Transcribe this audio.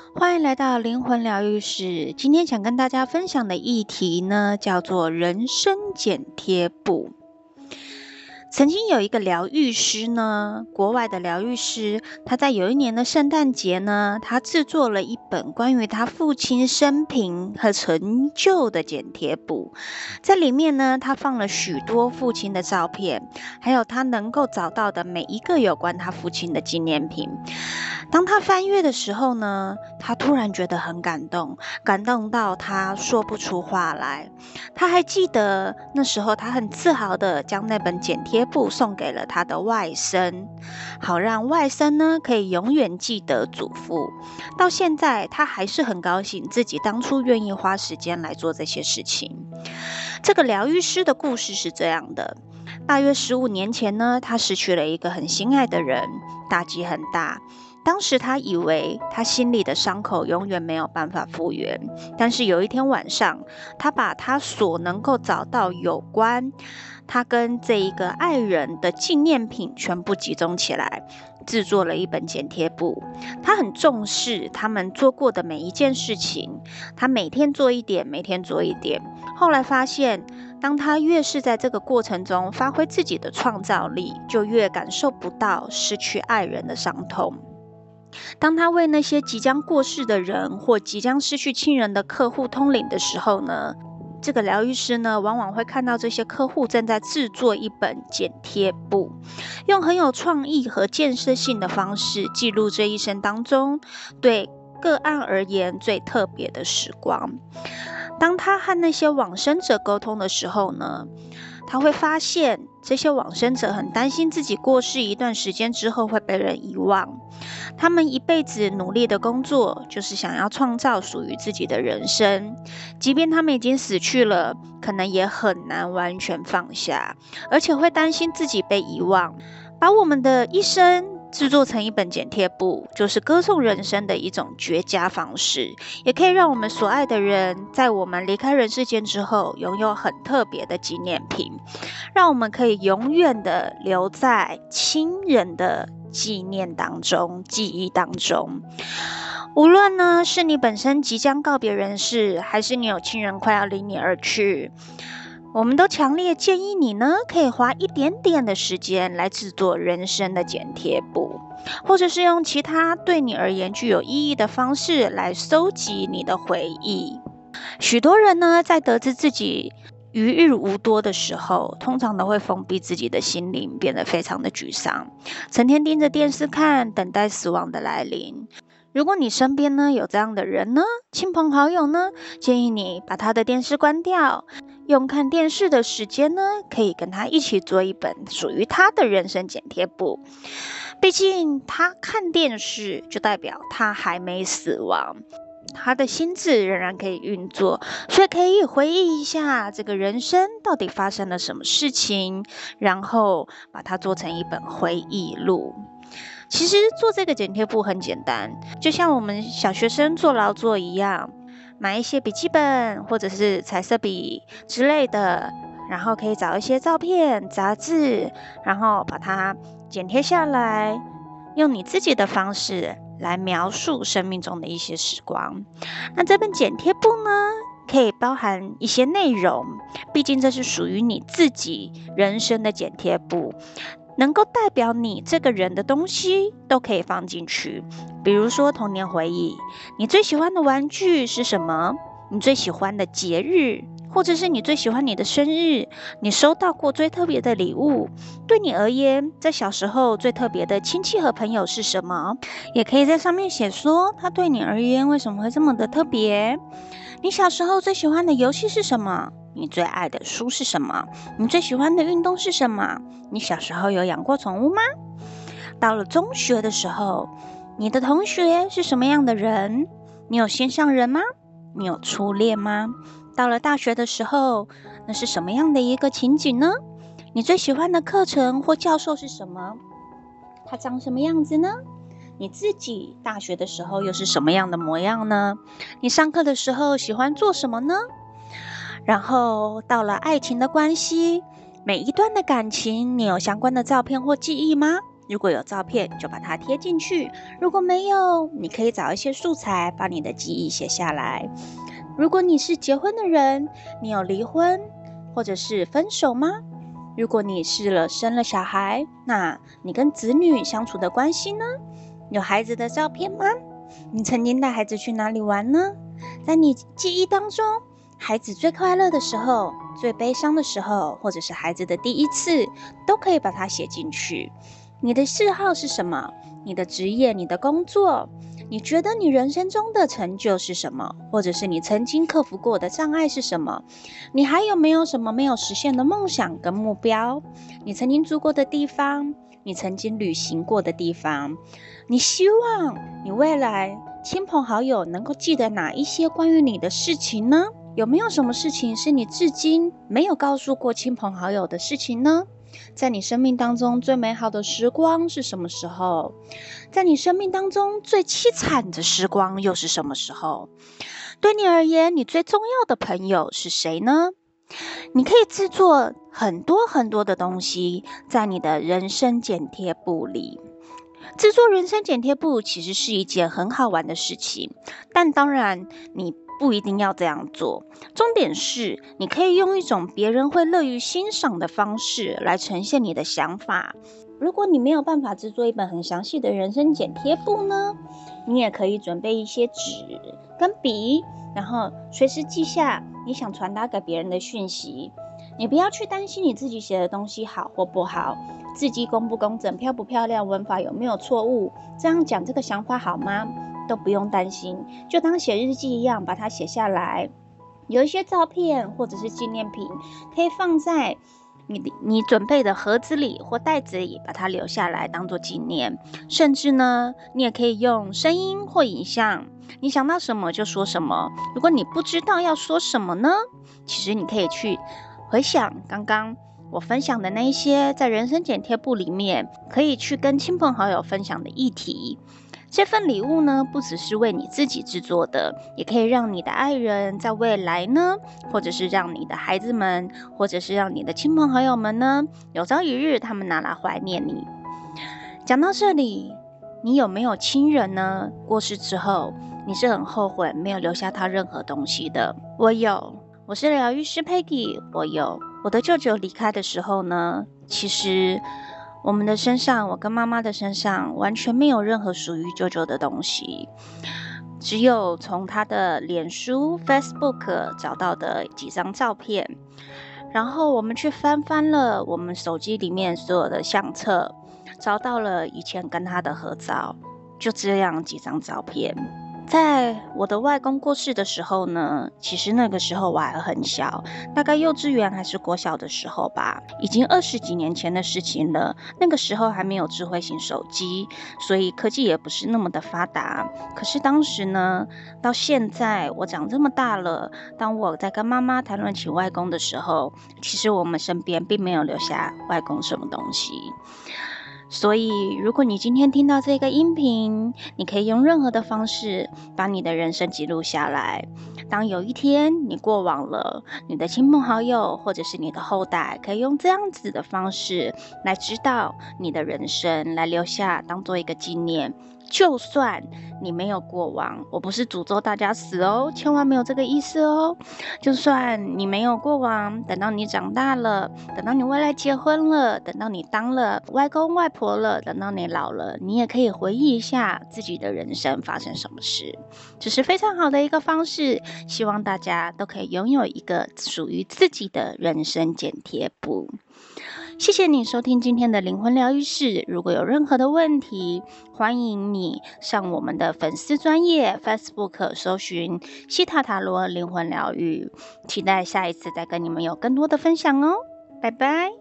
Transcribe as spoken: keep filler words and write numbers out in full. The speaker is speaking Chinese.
欢迎来到灵魂疗愈室。今天想跟大家分享的议题呢，叫做人生剪贴簿。曾经有一个疗愈师呢，国外的疗愈师，他在有一年的圣诞节呢，他制作了一本关于他父亲生平和成就的剪贴簿。在里面呢，他放了许多父亲的照片，还有他能够找到的每一个有关他父亲的纪念品。当他翻阅的时候呢，他突然觉得很感动，感动到他说不出话来。他还记得那时候他很自豪的将那本剪贴簿送给了他的外甥，好让外甥呢可以永远记得祖父。到现在他还是很高兴自己当初愿意花时间来做这些事情。这个疗愈师的故事是这样的，大约十五年前呢，他失去了一个很心爱的人，打击很大。当时他以为他心里的伤口永远没有办法复原，但是有一天晚上，他把他所能够找到有关他跟这一个爱人的纪念品全部集中起来，制作了一本剪贴簿。他很重视他们做过的每一件事情，他每天做一点，每天做一点。后来发现，当他越是在这个过程中发挥自己的创造力，就越感受不到失去爱人的伤痛。当他为那些即将过世的人或即将失去亲人的客户通灵的时候呢，这个疗愈师呢，往往会看到这些客户正在制作一本剪贴簿，用很有创意和建设性的方式记录这一生当中对个案而言最特别的时光。当他和那些往生者沟通的时候呢，他会发现这些往生者很担心自己过世一段时间之后会被人遗忘。他们一辈子努力的工作，就是想要创造属于自己的人生，即便他们已经死去了，可能也很难完全放下，而且会担心自己被遗忘。把我们的一生制作成一本剪贴簿，就是歌颂人生的一种绝佳方式，也可以让我们所爱的人在我们离开人世间之后拥有很特别的纪念品，让我们可以永远的留在亲人的纪念当中、记忆当中。无论呢是你本身即将告别人世，还是你有亲人快要离你而去，我们都强烈建议你呢，可以花一点点的时间来制作人生的剪贴簿，或者是用其他对你而言具有意义的方式来收集你的回忆。许多人呢，在得知自己余日无多的时候，通常都会封闭自己的心灵，变得非常的沮丧，成天盯着电视看，等待死亡的来临。如果你身边呢有这样的人呢，亲朋好友呢，建议你把他的电视关掉，用看电视的时间呢，可以跟他一起做一本属于他的人生剪贴簿。毕竟他看电视，就代表他还没死亡，他的心智仍然可以运作，所以可以回忆一下这个人生到底发生了什么事情，然后把它做成一本回忆录。其实做这个剪贴簿很简单，就像我们小学生做劳作一样，买一些笔记本或者是彩色笔之类的，然后可以找一些照片、杂志，然后把它剪贴下来，用你自己的方式来描述生命中的一些时光。那这本剪贴簿呢，可以包含一些内容，毕竟这是属于你自己人生的剪贴簿，能够代表你这个人的东西都可以放进去。比如说童年回忆，你最喜欢的玩具是什么？你最喜欢的节日，或者是你最喜欢你的生日，你收到过最特别的礼物，对你而言，在小时候最特别的亲戚和朋友是什么？也可以在上面写说，它对你而言为什么会这么的特别？你小时候最喜欢的游戏是什么？你最爱的书是什么？你最喜欢的运动是什么？你小时候有养过宠物吗？到了中学的时候，你的同学是什么样的人？你有心上人吗？你有初恋吗？到了大学的时候，那是什么样的一个情景呢？你最喜欢的课程或教授是什么？他长什么样子呢？你自己大学的时候又是什么样的模样呢？你上课的时候喜欢做什么呢？然后到了爱情的关系，每一段的感情，你有相关的照片或记忆吗？ 如果有照片，就把它贴进去；如果没有，你可以找一些素材，把你的记忆写下来。如果你是结婚的人，你有离婚或者是分手吗？如果你是了生了小孩，那你跟子女相处的关系呢？有孩子的照片吗？你曾经带孩子去哪里玩呢？在你记忆当中，孩子最快乐的时候、最悲伤的时候，或者是孩子的第一次，都可以把它写进去。你的嗜好是什么？你的职业、你的工作，你觉得你人生中的成就是什么？或者是你曾经克服过的障碍是什么？你还有没有什么没有实现的梦想跟目标？你曾经住过的地方，你曾经旅行过的地方，你希望你未来亲朋好友能够记得哪一些关于你的事情呢？有没有什么事情是你至今没有告诉过亲朋好友的事情呢？在你生命当中最美好的时光是什么时候？在你生命当中最凄惨的时光又是什么时候？对你而言，你最重要的朋友是谁呢？你可以制作很多很多的东西在你的人生剪贴簿里。制作人生剪贴簿其实是一件很好玩的事情，但当然你不一定要这样做。重点是你可以用一种别人会乐于欣赏的方式来呈现你的想法。如果你没有办法制作一本很详细的人生剪贴簿呢，你也可以准备一些纸跟笔，然后随时记下你想传达给别人的讯息。你不要去担心你自己写的东西好或不好，字迹工不工整，漂不漂亮，文法有没有错误，这样讲这个想法好吗？都不用担心，就当写日记一样把它写下来。有一些照片或者是纪念品可以放在你你准备的盒子里或袋子里，把它留下来当做纪念。甚至呢，你也可以用声音或影像，你想到什么就说什么。如果你不知道要说什么呢，其实你可以去回想刚刚我分享的那一些在人生剪贴簿里面可以去跟亲朋好友分享的议题。这份礼物呢，不只是为你自己制作的，也可以让你的爱人在未来呢，或者是让你的孩子们，或者是让你的亲朋好友们呢，有朝一日他们拿来怀念你。讲到这里，你有没有亲人呢？过世之后，你是很后悔没有留下他任何东西的？我有，我是疗愈师 Peggy， 我有。我的舅舅离开的时候呢，其实我们的身上，我跟妈妈的身上完全没有任何属于舅舅的东西，只有从他的脸书 Facebook 找到的几张照片，然后我们去翻翻了我们手机里面所有的相册，找到了以前跟他的合照，就这样几张照片。在我的外公过世的时候呢，其实那个时候我还很小，大概幼稚园还是国小的时候吧，已经二十几年前的事情了。那个时候还没有智慧型手机，所以科技也不是那么的发达。可是当时呢，到现在我长这么大了，当我在跟妈妈谈论起外公的时候，其实我们身边并没有留下外公什么东西。所以如果你今天听到这个音频，你可以用任何的方式把你的人生记录下来。当有一天你过往了，你的亲朋好友或者是你的后代可以用这样子的方式来知道你的人生，来留下当做一个纪念。就算你没有过往，我不是诅咒大家死哦，千万没有这个意思哦。就算你没有过往，等到你长大了，等到你未来结婚了，等到你当了外公外婆了，等到你老了，你也可以回忆一下自己的人生发生什么事。这是非常好的一个方式，希望大家都可以拥有一个属于自己的人生剪贴簿。谢谢你收听今天的灵魂疗愈室，如果有任何的问题，欢迎你上我们的粉丝专页 Facebook 搜寻西塔塔罗灵魂疗愈，期待下一次再跟你们有更多的分享哦，拜拜。